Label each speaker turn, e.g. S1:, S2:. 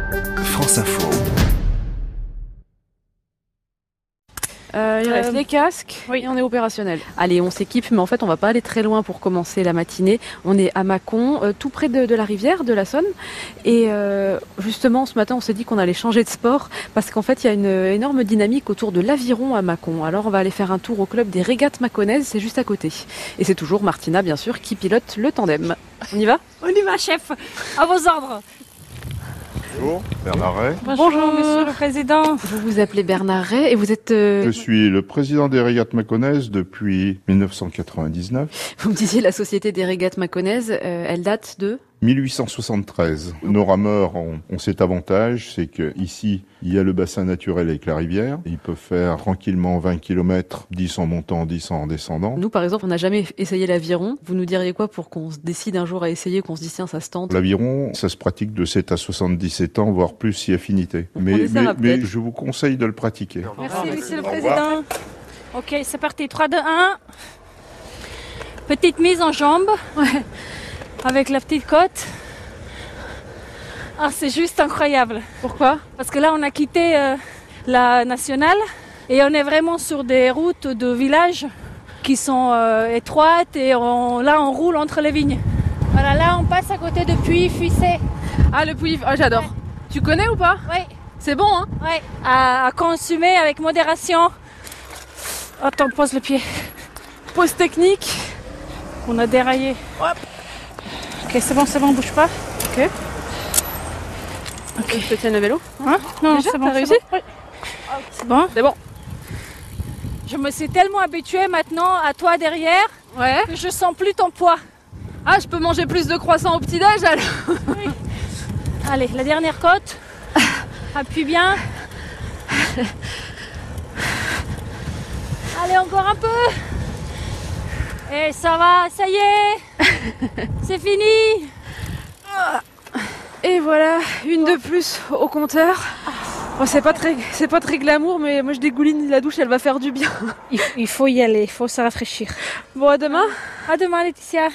S1: France Info.
S2: Il reste les casques et on est opérationnel. Allez, on s'équipe, mais en fait on va pas aller très loin pour commencer la matinée. On est à Mâcon, tout près de la rivière, de la Saône. Et justement, ce matin, on s'est dit qu'on allait changer de sport parce qu'en fait, il y a une énorme dynamique autour de l'aviron à Mâcon. Alors on va aller faire un tour au club des régates mâconnaises, c'est juste à côté. Et c'est toujours Martina, bien sûr, qui pilote le tandem. On y va ?
S3: On y va, chef. À vos ordres.
S4: Bonjour, Bernard Ray.
S3: Bonjour, monsieur le président.
S2: Vous vous appelez Bernard Ray et vous êtes...
S4: Je suis le président des régates mâconnaises depuis 1999.
S2: Vous me disiez la société des régates mâconnaises, elle date de...
S4: 1873. Nos rameurs ont cet avantage, c'est que ici il y a le bassin naturel avec la rivière. Ils peuvent faire tranquillement 20 km, 10 en montant, 10 en descendant.
S2: Nous, par exemple, on n'a jamais essayé l'aviron. Vous nous diriez quoi pour qu'on se décide un jour à essayer, qu'on se dise tiens, ça se tente ?
S4: L'aviron, ça se pratique de 7 à 77 ans, voire plus si affinité. Mais je vous conseille de le pratiquer.
S3: Merci, monsieur le président. Ok, c'est parti. 3, 2, 1. Petite mise en jambe.
S2: Ouais.
S3: Avec la petite côte. Ah, c'est juste incroyable.
S2: Pourquoi ?
S3: Parce que là, on a quitté la nationale et on est vraiment sur des routes de villages qui sont étroites et là, on roule entre les vignes. Voilà, là, on passe à côté de Puy-Fuissé.
S2: Ah, le Pouilly, oh, j'adore. Ouais. Tu connais ou pas ?
S3: Oui.
S2: C'est bon, hein ?
S3: Oui, à consommer avec modération. Attends, pose le pied.
S2: Pause technique.
S3: On a déraillé. Hop. Ok, c'est bon, bouge pas.
S2: Ok. Je te tiens le vélo.
S3: Hein ? Non,
S2: déjà,
S3: c'est bon.
S2: T'as réussi ?
S3: Oui. C'est bon ?
S2: C'est bon.
S3: Je me suis tellement habituée maintenant à toi derrière que je sens plus ton poids.
S2: Ah, je peux manger plus de croissants au petit-déj alors ?
S3: Oui. Allez, la dernière côte. Appuie bien. Allez, encore un peu. Et ça va, ça y est. C'est fini.
S2: Et voilà, une de plus au compteur. Bon, c'est pas très glamour, mais moi je dégouline la douche, elle va faire du bien.
S3: Il faut y aller, il faut se rafraîchir.
S2: Bon, à demain.
S3: À demain, Laetitia.